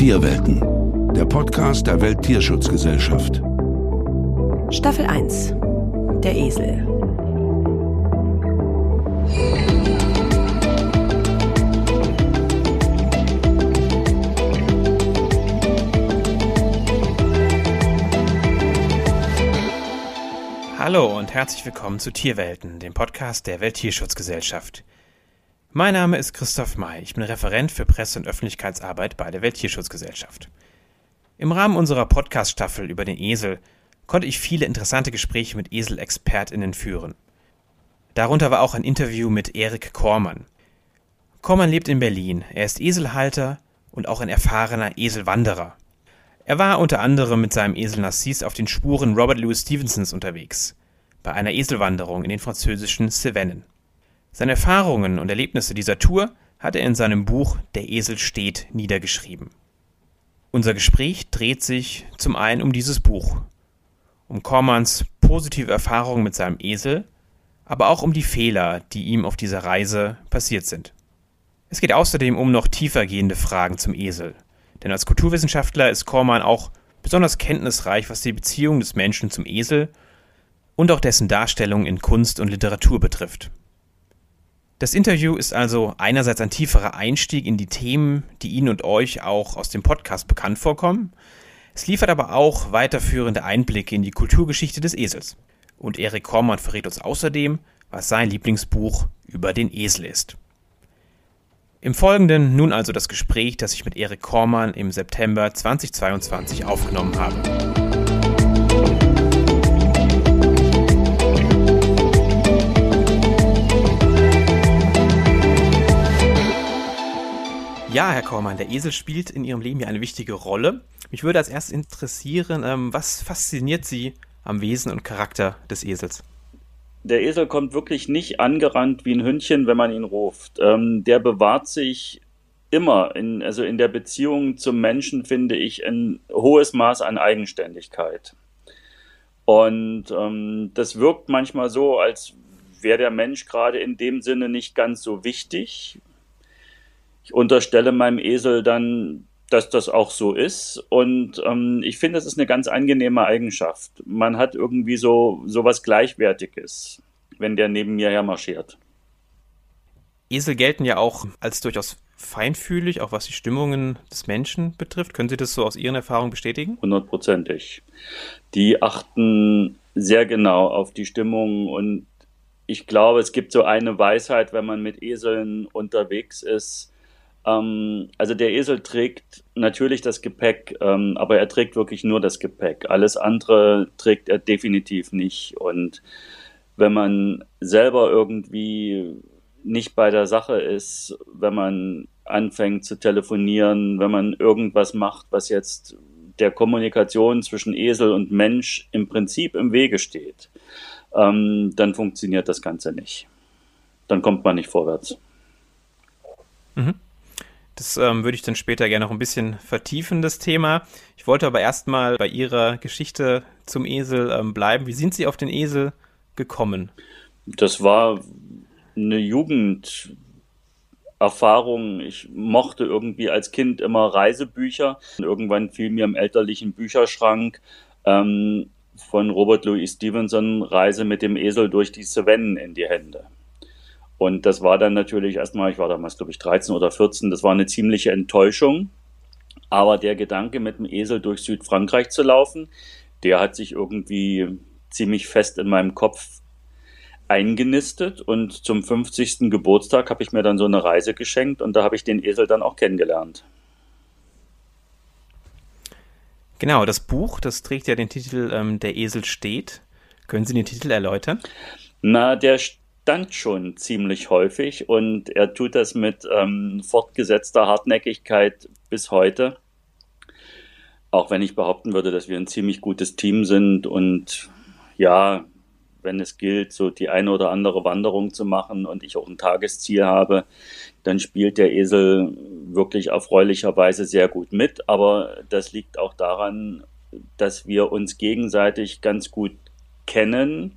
Tierwelten, der Podcast der Welttierschutzgesellschaft. Staffel 1: Der Esel. Hallo und herzlich willkommen zu Tierwelten, dem Podcast der Welttierschutzgesellschaft. Mein Name ist Christoph May, ich bin Referent für Presse- und Öffentlichkeitsarbeit bei der Welttierschutzgesellschaft. Im Rahmen unserer Podcast-Staffel über den Esel konnte ich viele interessante Gespräche mit Eselexpertinnen führen. Darunter war auch ein Interview mit Erik Kormann. Kormann lebt in Berlin, er ist Eselhalter und auch ein erfahrener Eselwanderer. Er war unter anderem mit seinem Esel Narcisse auf den Spuren Robert Louis Stevensons unterwegs, bei einer Eselwanderung in den französischen Cevennen. Seine Erfahrungen und Erlebnisse dieser Tour hat er in seinem Buch »Der Esel steht« niedergeschrieben. Unser Gespräch dreht sich zum einen um dieses Buch, um Kormanns positive Erfahrungen mit seinem Esel, aber auch um die Fehler, die ihm auf dieser Reise passiert sind. Es geht außerdem um noch tiefergehende Fragen zum Esel, denn als Kulturwissenschaftler ist Kormann auch besonders kenntnisreich, was die Beziehung des Menschen zum Esel und auch dessen Darstellung in Kunst und Literatur betrifft. Das Interview ist also einerseits ein tieferer Einstieg in die Themen, die Ihnen und euch auch aus dem Podcast bekannt vorkommen. Es liefert aber auch weiterführende Einblicke in die Kulturgeschichte des Esels. Und Erik Kormann verrät uns außerdem, was sein Lieblingsbuch über den Esel ist. Im Folgenden nun also das Gespräch, das ich mit Erik Kormann im September 2022 aufgenommen habe. Ja, Herr Kormann, der Esel spielt in Ihrem Leben ja eine wichtige Rolle. Mich würde als erstes interessieren, was fasziniert Sie am Wesen und Charakter des Esels? Der Esel kommt wirklich nicht angerannt wie ein Hündchen, wenn man ihn ruft. Der bewahrt sich immer, in der Beziehung zum Menschen, finde ich, ein hohes Maß an Eigenständigkeit. Und das wirkt manchmal so, als wäre der Mensch gerade in dem Sinne nicht ganz so wichtig. Ich unterstelle meinem Esel dann, dass das auch so ist. Und ich finde, das ist eine ganz angenehme Eigenschaft. Man hat irgendwie so was Gleichwertiges, wenn der neben mir her marschiert. Esel gelten ja auch als durchaus feinfühlig, auch was die Stimmungen des Menschen betrifft. Können Sie das so aus Ihren Erfahrungen bestätigen? 100%. Die achten sehr genau auf die Stimmung. Und ich glaube, es gibt so eine Weisheit, wenn man mit Eseln unterwegs ist. Also der Esel trägt natürlich das Gepäck, aber er trägt wirklich nur das Gepäck. Alles andere trägt er definitiv nicht. Und wenn man selber irgendwie nicht bei der Sache ist, wenn man anfängt zu telefonieren, wenn man irgendwas macht, was jetzt der Kommunikation zwischen Esel und Mensch im Prinzip im Wege steht, dann funktioniert das Ganze nicht. Dann kommt man nicht vorwärts. Mhm. Das würde ich dann später gerne noch ein bisschen vertiefen, das Thema. Ich wollte aber erstmal bei Ihrer Geschichte zum Esel bleiben. Wie sind Sie auf den Esel gekommen? Das war eine Jugenderfahrung. Ich mochte irgendwie als Kind immer Reisebücher. Irgendwann fiel mir im elterlichen Bücherschrank von Robert Louis Stevenson Reise mit dem Esel durch die Cevennen in die Hände. Und das war dann natürlich erstmal, ich war damals, glaube ich, 13 oder 14, das war eine ziemliche Enttäuschung. Aber der Gedanke, mit dem Esel durch Südfrankreich zu laufen, der hat sich irgendwie ziemlich fest in meinem Kopf eingenistet. Und zum 50. Geburtstag habe ich mir dann so eine Reise geschenkt und da habe ich den Esel dann auch kennengelernt. Genau, das Buch, das trägt ja den Titel »Der Esel steht«. Können Sie den Titel erläutern? Na, der stand schon ziemlich häufig und er tut das mit fortgesetzter Hartnäckigkeit bis heute. Auch wenn ich behaupten würde, dass wir ein ziemlich gutes Team sind und ja, wenn es gilt, so die eine oder andere Wanderung zu machen und ich auch ein Tagesziel habe, dann spielt der Esel wirklich erfreulicherweise sehr gut mit. Aber das liegt auch daran, dass wir uns gegenseitig ganz gut kennen.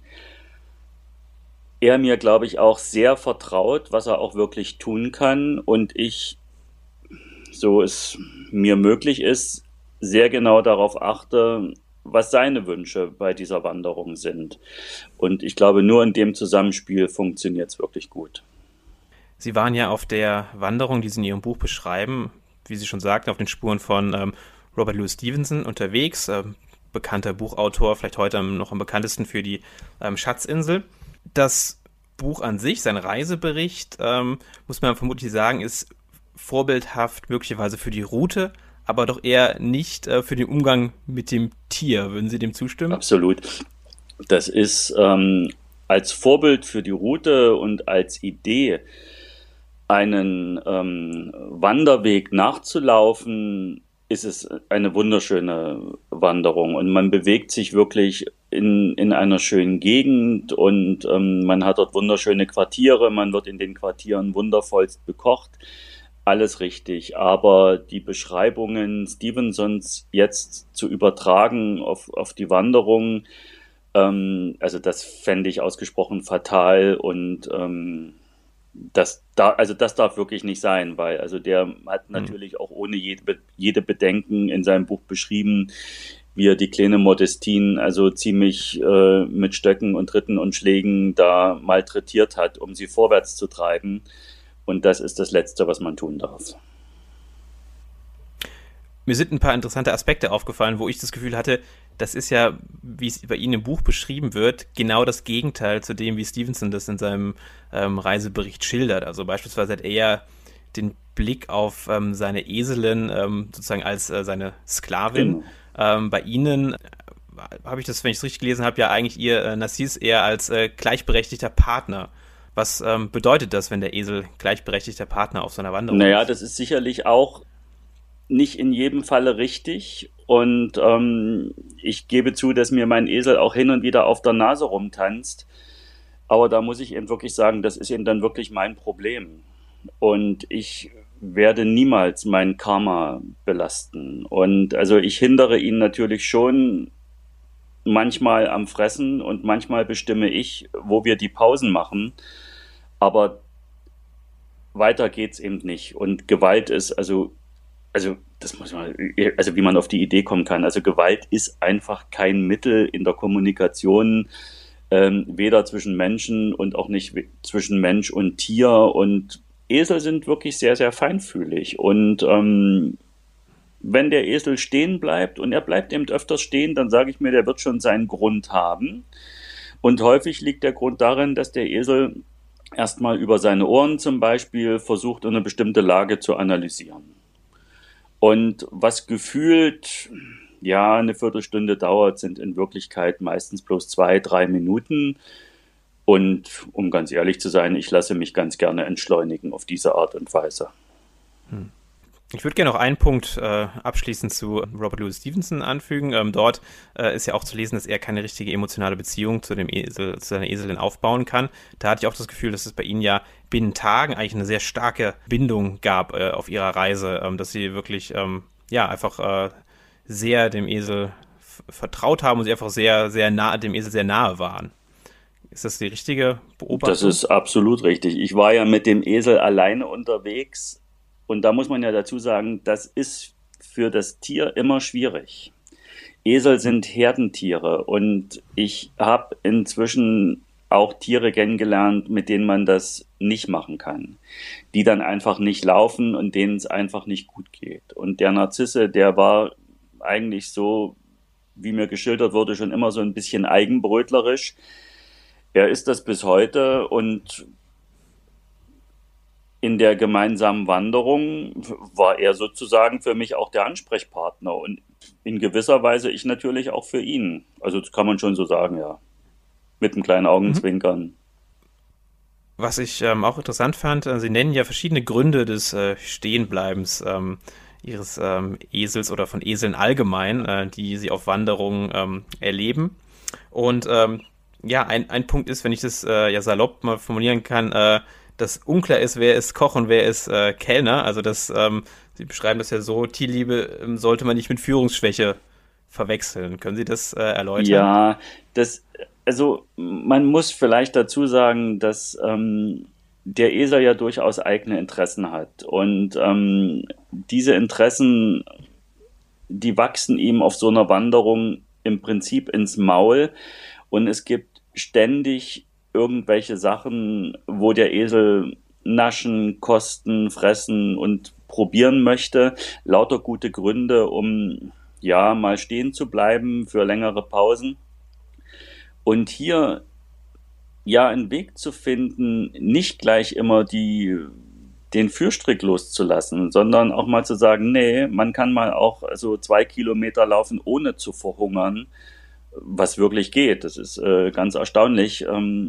Er mir, glaube ich, auch sehr vertraut, was er auch wirklich tun kann und ich so es mir möglich ist, sehr genau darauf achte, was seine Wünsche bei dieser Wanderung sind. Und ich glaube, nur in dem Zusammenspiel funktioniert es wirklich gut. Sie waren ja auf der Wanderung, die Sie in Ihrem Buch beschreiben, wie Sie schon sagten, auf den Spuren von Robert Louis Stevenson unterwegs, bekannter Buchautor, vielleicht heute noch am bekanntesten für die Schatzinsel. Das Buch an sich, sein Reisebericht, muss man vermutlich sagen, ist vorbildhaft möglicherweise für die Route, aber doch eher nicht für den Umgang mit dem Tier. Würden Sie dem zustimmen? Absolut. Das ist als Vorbild für die Route und als Idee, einen Wanderweg nachzulaufen, ist es eine wunderschöne Wanderung. Und man bewegt sich wirklich in einer schönen Gegend und man hat dort wunderschöne Quartiere, man wird in den Quartieren wundervollst bekocht. Alles richtig, aber die Beschreibungen Stevensons jetzt zu übertragen auf die Wanderung, also das fände ich ausgesprochen fatal und das darf wirklich nicht sein, weil also der hat natürlich auch ohne jede Bedenken in seinem Buch beschrieben, wie er die kleine Modestine also ziemlich mit Stöcken und Tritten und Schlägen da malträtiert hat, um sie vorwärts zu treiben. Und das ist das Letzte, was man tun darf. Mir sind ein paar interessante Aspekte aufgefallen, wo ich das Gefühl hatte, das ist ja, wie es bei Ihnen im Buch beschrieben wird, genau das Gegenteil zu dem, wie Stevenson das in seinem Reisebericht schildert. Also beispielsweise hat er ja den Blick auf seine Eselin sozusagen als seine Sklavin. Genau. Bei Ihnen habe ich das, wenn ich es richtig gelesen habe, ja eigentlich Ihr Narziss eher als gleichberechtigter Partner. Was bedeutet das, wenn der Esel gleichberechtigter Partner auf so einer Wanderung ist? Naja, das ist sicherlich auch nicht in jedem Falle richtig. Und ich gebe zu, dass mir mein Esel auch hin und wieder auf der Nase rumtanzt. Aber da muss ich eben wirklich sagen, das ist eben dann wirklich mein Problem. Und ich werde niemals mein Karma belasten. Und also ich hindere ihn natürlich schon manchmal am Fressen und manchmal bestimme ich, wo wir die Pausen machen. Aber weiter geht's eben nicht. Und Gewalt ist also das muss man, also wie man auf die Idee kommen kann. Also Gewalt ist einfach kein Mittel in der Kommunikation, weder zwischen Menschen und auch nicht zwischen Mensch und Tier. Und Esel sind wirklich sehr, sehr feinfühlig. Und wenn der Esel stehen bleibt, und er bleibt eben öfters stehen, dann sage ich mir, der wird schon seinen Grund haben. Und häufig liegt der Grund darin, dass der Esel erstmal über seine Ohren zum Beispiel versucht, eine bestimmte Lage zu analysieren. Und was gefühlt, ja, eine Viertelstunde dauert, sind in Wirklichkeit meistens bloß 2-3 Minuten. Und um ganz ehrlich zu sein, ich lasse mich ganz gerne entschleunigen auf diese Art und Weise. Ich würde gerne noch einen Punkt abschließend zu Robert Louis Stevenson anfügen. Dort ist ja auch zu lesen, dass er keine richtige emotionale Beziehung zu seiner Eselin aufbauen kann. Da hatte ich auch das Gefühl, dass es bei Ihnen ja binnen Tagen eigentlich eine sehr starke Bindung gab auf Ihrer Reise, dass Sie wirklich einfach sehr dem Esel vertraut haben und Sie einfach sehr, sehr nah dem Esel sehr nahe waren. Ist das die richtige Beobachtung? Das ist absolut richtig. Ich war ja mit dem Esel alleine unterwegs. Und da muss man ja dazu sagen, das ist für das Tier immer schwierig. Esel sind Herdentiere und ich habe inzwischen auch Tiere kennengelernt, mit denen man das nicht machen kann. Die dann einfach nicht laufen und denen es einfach nicht gut geht. Und der Narzisse, der war eigentlich so, wie mir geschildert wurde, schon immer so ein bisschen eigenbrötlerisch. Er ist das bis heute und in der gemeinsamen Wanderung war er sozusagen für mich auch der Ansprechpartner und in gewisser Weise ich natürlich auch für ihn. Also das kann man schon so sagen, ja. Mit einem kleinen Augenzwinkern. Was ich auch interessant fand, Sie nennen ja verschiedene Gründe des Stehenbleibens Ihres Esels oder von Eseln allgemein, die Sie auf Wanderungen erleben. Und ein Punkt ist, wenn ich das salopp mal formulieren kann, dass unklar ist, wer ist Koch und wer ist Kellner. Also Sie beschreiben das ja so, Tierliebe sollte man nicht mit Führungsschwäche verwechseln. Können Sie das erläutern? Ja, also man muss vielleicht dazu sagen, dass der Esel ja durchaus eigene Interessen hat. Und diese Interessen, die wachsen ihm auf so einer Wanderung im Prinzip ins Maul. Und es gibt ständig irgendwelche Sachen, wo der Esel naschen, kosten, fressen und probieren möchte. Lauter gute Gründe, um ja mal stehen zu bleiben für längere Pausen. Und hier ja einen Weg zu finden, nicht gleich immer den Führstrick loszulassen, sondern auch mal zu sagen, nee, man kann mal auch so 2 Kilometer laufen, ohne zu verhungern, was wirklich geht. Das ist ganz erstaunlich.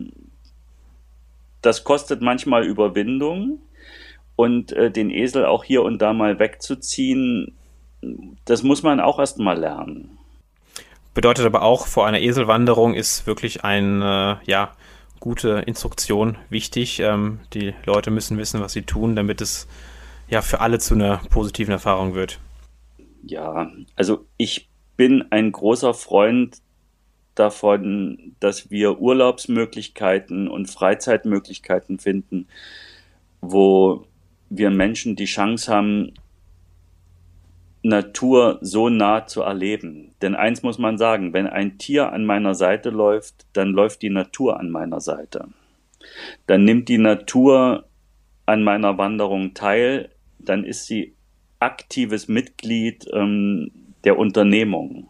Das kostet manchmal Überwindung und den Esel auch hier und da mal wegzuziehen, das muss man auch erst mal lernen. Bedeutet aber auch, vor einer Eselwanderung ist wirklich eine gute Instruktion wichtig. Die Leute müssen wissen, was sie tun, damit es ja für alle zu einer positiven Erfahrung wird. Ja, also ich bin ein großer Freund davon, dass wir Urlaubsmöglichkeiten und Freizeitmöglichkeiten finden, wo wir Menschen die Chance haben, Natur so nah zu erleben. Denn eins muss man sagen, wenn ein Tier an meiner Seite läuft, dann läuft die Natur an meiner Seite. Dann nimmt die Natur an meiner Wanderung teil, dann ist sie aktives Mitglied der Unternehmung.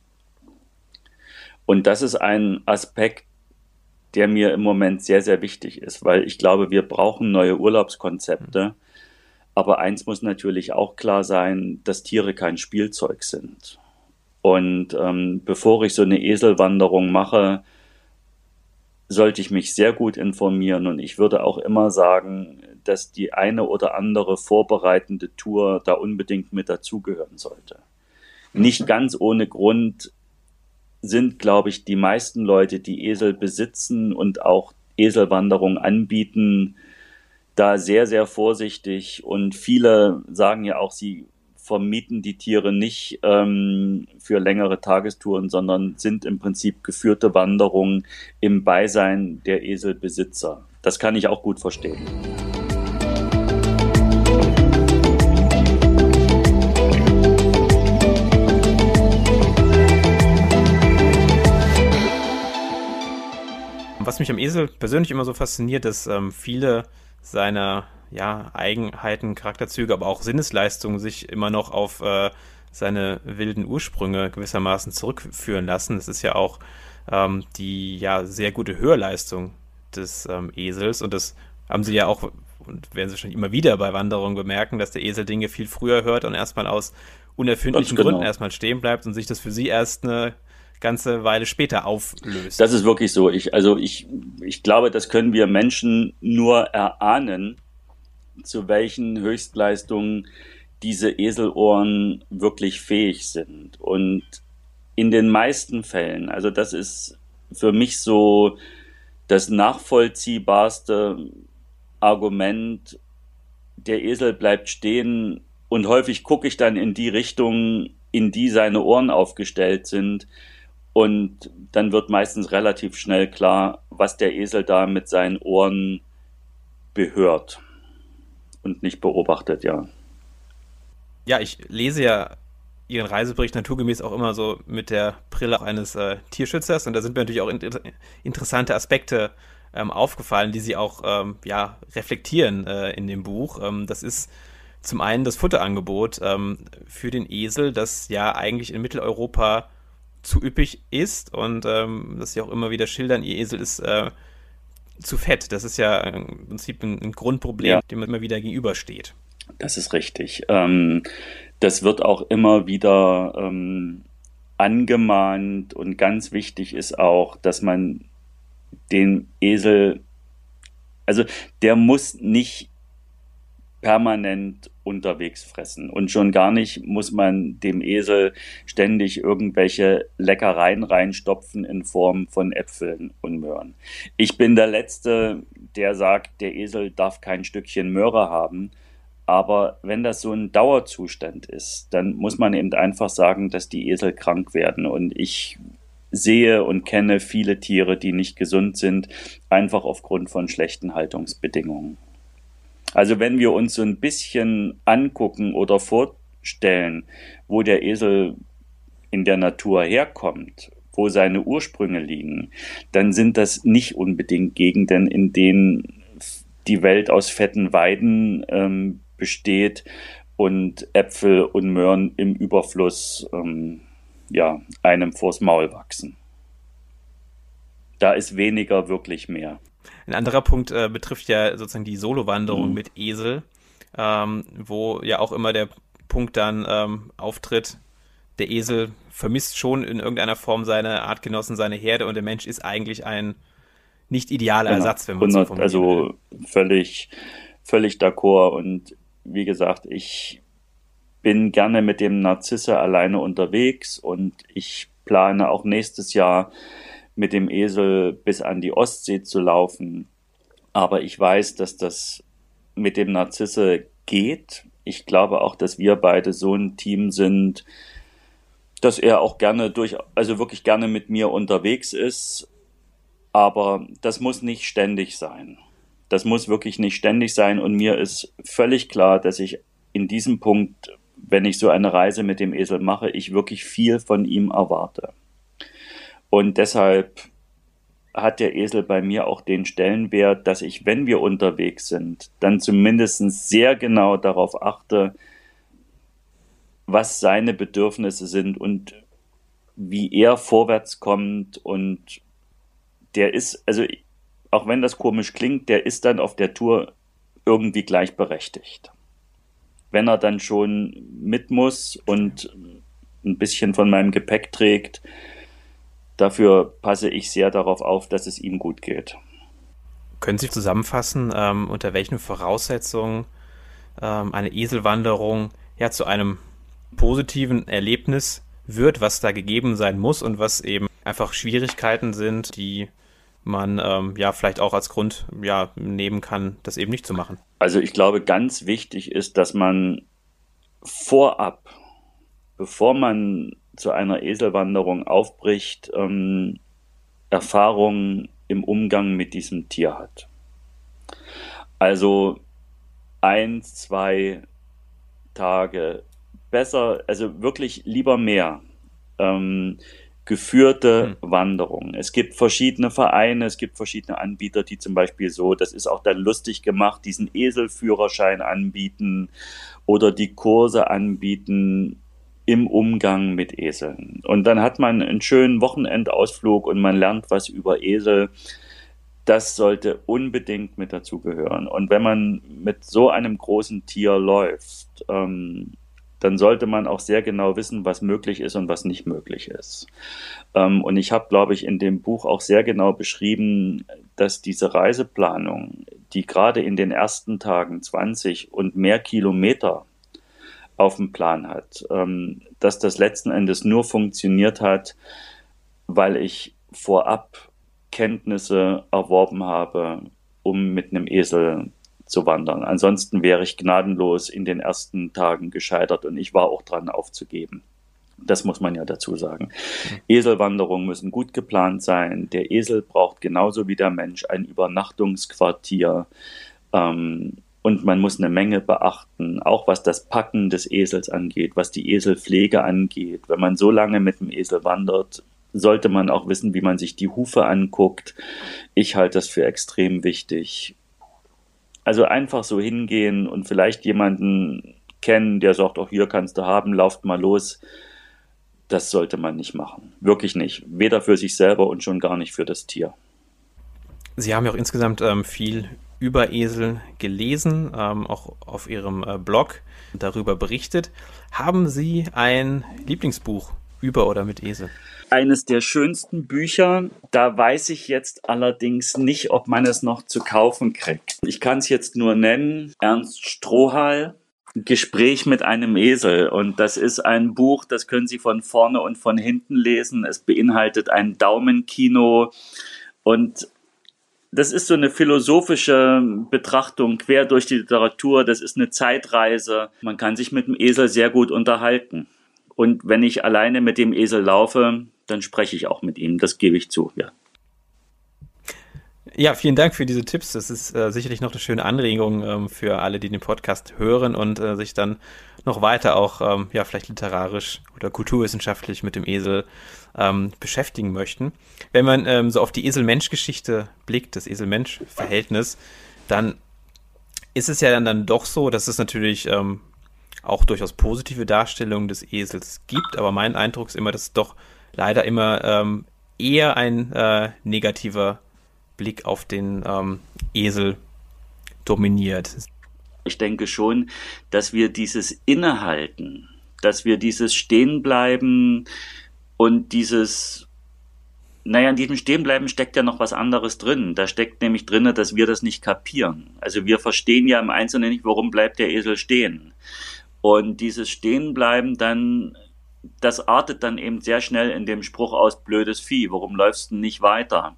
Und das ist ein Aspekt, der mir im Moment sehr, sehr wichtig ist, weil ich glaube, wir brauchen neue Urlaubskonzepte. Aber eins muss natürlich auch klar sein, dass Tiere kein Spielzeug sind. Und bevor ich so eine Eselwanderung mache, sollte ich mich sehr gut informieren. Und ich würde auch immer sagen, dass die eine oder andere vorbereitende Tour da unbedingt mit dazugehören sollte. Nicht ganz ohne Grund sind, glaube ich, die meisten Leute, die Esel besitzen und auch Eselwanderungen anbieten, da sehr, sehr vorsichtig. Und viele sagen ja auch, sie vermieten die Tiere nicht für längere Tagestouren, sondern sind im Prinzip geführte Wanderungen im Beisein der Eselbesitzer. Das kann ich auch gut verstehen. Was mich am Esel persönlich immer so fasziniert, dass viele seiner Eigenheiten, Charakterzüge, aber auch Sinnesleistungen sich immer noch auf seine wilden Ursprünge gewissermaßen zurückführen lassen. Das ist ja auch die sehr gute Hörleistung des Esels, und das haben sie ja auch und werden sie wahrscheinlich immer wieder bei Wanderungen bemerken, dass der Esel Dinge viel früher hört und erstmal aus unerfindlichen Gründen erstmal stehen bleibt und sich das für sie erst eine ganze Weile später auflöst. Das ist wirklich so. Ich glaube, das können wir Menschen nur erahnen, zu welchen Höchstleistungen diese Eselohren wirklich fähig sind. Und in den meisten Fällen, also das ist für mich so das nachvollziehbarste Argument, der Esel bleibt stehen, und häufig gucke ich dann in die Richtung, in die seine Ohren aufgestellt sind. Und dann wird meistens relativ schnell klar, was der Esel da mit seinen Ohren behört und nicht beobachtet, ja. Ja, ich lese ja Ihren Reisebericht naturgemäß auch immer so mit der Brille eines Tierschützers, und da sind mir natürlich auch interessante Aspekte aufgefallen, die Sie auch reflektieren in dem Buch. Das ist zum einen das Futterangebot für den Esel, das ja eigentlich in Mitteleuropa zu üppig ist, und dass sie auch immer wieder schildern, ihr Esel ist zu fett. Das ist ja im Prinzip ein Grundproblem, dem man immer wieder gegenübersteht. Das ist richtig. Das wird auch immer wieder angemahnt, und ganz wichtig ist auch, dass man den Esel, also der muss nicht permanent unterwegs fressen. Und schon gar nicht muss man dem Esel ständig irgendwelche Leckereien reinstopfen in Form von Äpfeln und Möhren. Ich bin der Letzte, der sagt, der Esel darf kein Stückchen Möhre haben. Aber wenn das so ein Dauerzustand ist, dann muss man eben einfach sagen, dass die Esel krank werden. Und ich sehe und kenne viele Tiere, die nicht gesund sind, einfach aufgrund von schlechten Haltungsbedingungen. Also wenn wir uns so ein bisschen angucken oder vorstellen, wo der Esel in der Natur herkommt, wo seine Ursprünge liegen, dann sind das nicht unbedingt Gegenden, in denen die Welt aus fetten Weiden besteht und Äpfel und Möhren im Überfluss einem vors Maul wachsen. Da ist weniger wirklich mehr. Ein anderer Punkt betrifft ja sozusagen die Solowanderung mit Esel, wo ja auch immer der Punkt dann auftritt, der Esel vermisst schon in irgendeiner Form seine Artgenossen, seine Herde, und der Mensch ist eigentlich ein nicht idealer Ersatz, wenn man so formuliert. Also völlig d'accord. Und wie gesagt, ich bin gerne mit dem Narzisse alleine unterwegs und ich plane auch nächstes Jahr mit dem Esel bis an die Ostsee zu laufen. Aber ich weiß, dass das mit dem Narzisse geht. Ich glaube auch, dass wir beide so ein Team sind, dass er auch wirklich gerne mit mir unterwegs ist. Aber das muss nicht ständig sein. Das muss wirklich nicht ständig sein. Und mir ist völlig klar, dass ich in diesem Punkt, wenn ich so eine Reise mit dem Esel mache, ich wirklich viel von ihm erwarte. Und deshalb hat der Esel bei mir auch den Stellenwert, dass ich, wenn wir unterwegs sind, dann zumindest sehr genau darauf achte, was seine Bedürfnisse sind und wie er vorwärts kommt. Und der ist, also auch wenn das komisch klingt, der ist dann auf der Tour irgendwie gleichberechtigt. Wenn er dann schon mit muss und ein bisschen von meinem Gepäck trägt, dafür passe ich sehr darauf auf, dass es ihm gut geht. Können Sie zusammenfassen, unter welchen Voraussetzungen eine Eselwanderung ja zu einem positiven Erlebnis wird, was da gegeben sein muss und was eben einfach Schwierigkeiten sind, die man vielleicht auch als Grund nehmen kann, das eben nicht zu machen? Also ich glaube, ganz wichtig ist, dass man vorab, bevor man zu einer Eselwanderung aufbricht, Erfahrungen im Umgang mit diesem Tier hat. Also 1, 2 Tage besser, also wirklich lieber mehr. Geführte Wanderungen. Es gibt verschiedene Vereine, es gibt verschiedene Anbieter, die zum Beispiel das ist auch dann lustig gemacht, diesen Eselführerschein anbieten oder die Kurse anbieten im Umgang mit Eseln. Und dann hat man einen schönen Wochenendausflug und man lernt was über Esel. Das sollte unbedingt mit dazugehören. Und wenn man mit so einem großen Tier läuft, dann sollte man auch sehr genau wissen, was möglich ist und was nicht möglich ist. Und ich habe, glaube ich, in dem Buch auch sehr genau beschrieben, dass diese Reiseplanung, die gerade in den ersten Tagen 20 und mehr Kilometer auf dem Plan hat, dass das letzten Endes nur funktioniert hat, weil ich vorab Kenntnisse erworben habe, um mit einem Esel zu wandern. Ansonsten wäre ich gnadenlos in den ersten Tagen gescheitert und ich war auch dran aufzugeben. Das muss man ja dazu sagen. Eselwanderungen müssen gut geplant sein. Der Esel braucht genauso wie der Mensch ein Übernachtungsquartier. Und man muss eine Menge beachten, auch was das Packen des Esels angeht, was die Eselpflege angeht. Wenn man so lange mit dem Esel wandert, sollte man auch wissen, wie man sich die Hufe anguckt. Ich halte das für extrem wichtig. Also einfach so hingehen und vielleicht jemanden kennen, der sagt, auch hier kannst du haben, lauft mal los. Das sollte man nicht machen. Wirklich nicht. Weder für sich selber und schon gar nicht für das Tier. Sie haben ja auch insgesamt viel über Esel gelesen, auch auf Ihrem Blog darüber berichtet. Haben Sie ein Lieblingsbuch über oder mit Esel? Eines der schönsten Bücher, da weiß ich jetzt allerdings nicht, ob man es noch zu kaufen kriegt. Ich kann es jetzt nur nennen, Ernst Strohhal, Gespräch mit einem Esel. Und das ist ein Buch, das können Sie von vorne und von hinten lesen. Es beinhaltet ein Daumenkino und das ist so eine philosophische Betrachtung quer durch die Literatur. Das ist eine Zeitreise. Man kann sich mit dem Esel sehr gut unterhalten. Und wenn ich alleine mit dem Esel laufe, dann spreche ich auch mit ihm, das gebe ich zu, ja. Ja, vielen Dank für diese Tipps. Das ist sicherlich noch eine schöne Anregung für alle, die den Podcast hören und sich dann noch weiter auch vielleicht literarisch oder kulturwissenschaftlich mit dem Esel beschäftigen möchten. Wenn man so auf die Esel-Mensch-Geschichte blickt, das Esel-Mensch-Verhältnis, dann ist es ja dann doch so, dass es natürlich auch durchaus positive Darstellungen des Esels gibt, aber mein Eindruck ist immer, dass es doch leider immer eher ein negativer Blick auf den Esel dominiert. Ich denke schon, dass wir dieses Innehalten, dass wir dieses Stehenbleiben und in diesem Stehenbleiben steckt ja noch was anderes drin. Da steckt nämlich drin, dass wir das nicht kapieren. Also wir verstehen ja im Einzelnen nicht, warum bleibt der Esel stehen. Und dieses Stehenbleiben dann, das artet dann eben sehr schnell in dem Spruch aus, blödes Vieh, warum läufst du nicht weiter?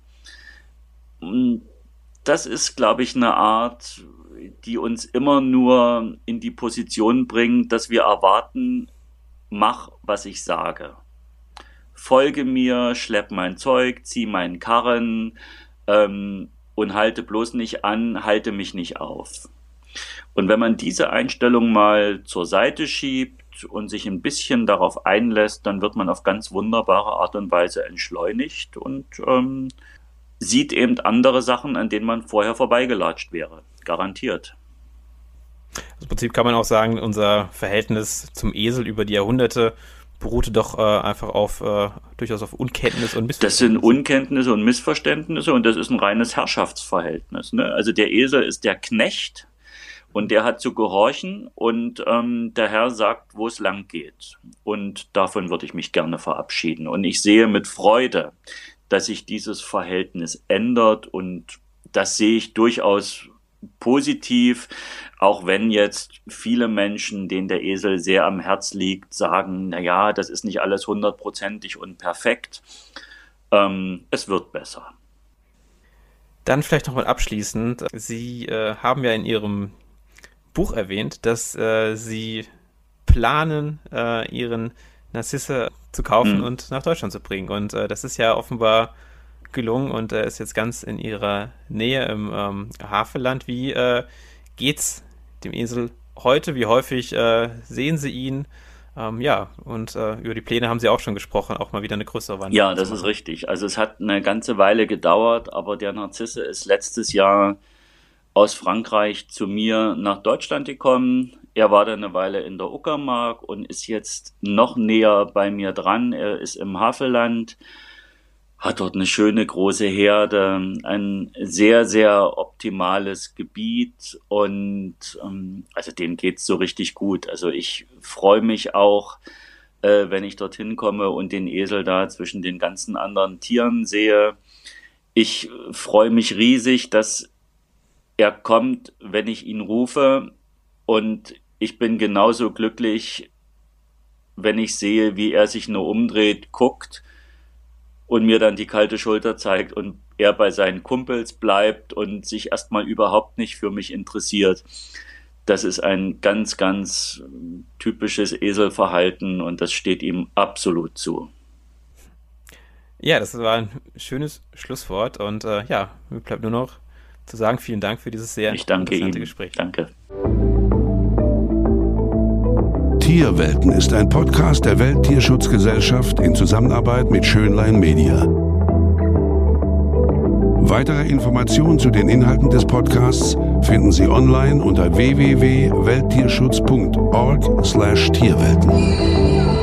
Das ist, glaube ich, eine Art, die uns immer nur in die Position bringt, dass wir erwarten, mach, was ich sage. Folge mir, schlepp mein Zeug, zieh meinen Karren und halte bloß nicht an, halte mich nicht auf. Und wenn man diese Einstellung mal zur Seite schiebt und sich ein bisschen darauf einlässt, dann wird man auf ganz wunderbare Art und Weise entschleunigt und sieht eben andere Sachen, an denen man vorher vorbeigelatscht wäre. Garantiert. Also im Prinzip kann man auch sagen, unser Verhältnis zum Esel über die Jahrhunderte beruhte doch einfach durchaus auf Unkenntnis und Missverständnis. Das sind Unkenntnisse und Missverständnisse und das ist ein reines Herrschaftsverhältnis. Ne? Also der Esel ist der Knecht und der hat zu gehorchen und der Herr sagt, wo es lang geht. Und davon würde ich mich gerne verabschieden. Und ich sehe mit Freude, dass sich dieses Verhältnis ändert und das sehe ich durchaus positiv, auch wenn jetzt viele Menschen, denen der Esel sehr am Herz liegt, sagen, naja, das ist nicht alles 100%ig und perfekt. Es wird besser. Dann vielleicht nochmal abschließend. Sie haben ja in Ihrem Buch erwähnt, dass Sie planen, Ihren Narcisse zu kaufen und nach Deutschland zu bringen. Und das ist ja offenbar gelungen und er ist jetzt ganz in Ihrer Nähe im Havelland. Wie geht's dem Esel heute? Wie häufig sehen Sie ihn? Über die Pläne haben Sie auch schon gesprochen, auch mal wieder eine größere Wanderung. Ja, das ist richtig. Also es hat eine ganze Weile gedauert, aber der Narcisse ist letztes Jahr aus Frankreich zu mir nach Deutschland gekommen. Er war dann eine Weile in der Uckermark und ist jetzt noch näher bei mir dran. Er ist im Havelland, hat dort eine schöne große Herde, ein sehr, sehr optimales Gebiet und also dem geht's so richtig gut. Also ich freue mich auch, wenn ich dorthin komme und den Esel da zwischen den ganzen anderen Tieren sehe. Ich freue mich riesig, dass er kommt, wenn ich ihn rufe und ich bin genauso glücklich, wenn ich sehe, wie er sich nur umdreht, guckt und mir dann die kalte Schulter zeigt und er bei seinen Kumpels bleibt und sich erstmal überhaupt nicht für mich interessiert. Das ist ein ganz, ganz typisches Eselverhalten und das steht ihm absolut zu. Ja, das war ein schönes Schlusswort und mir bleibt nur noch zu sagen, vielen Dank für dieses sehr interessante Gespräch. Danke. Tierwelten ist ein Podcast der Welttierschutzgesellschaft in Zusammenarbeit mit Schönlein Media. Weitere Informationen zu den Inhalten des Podcasts finden Sie online unter www.welttierschutz.org/Tierwelten.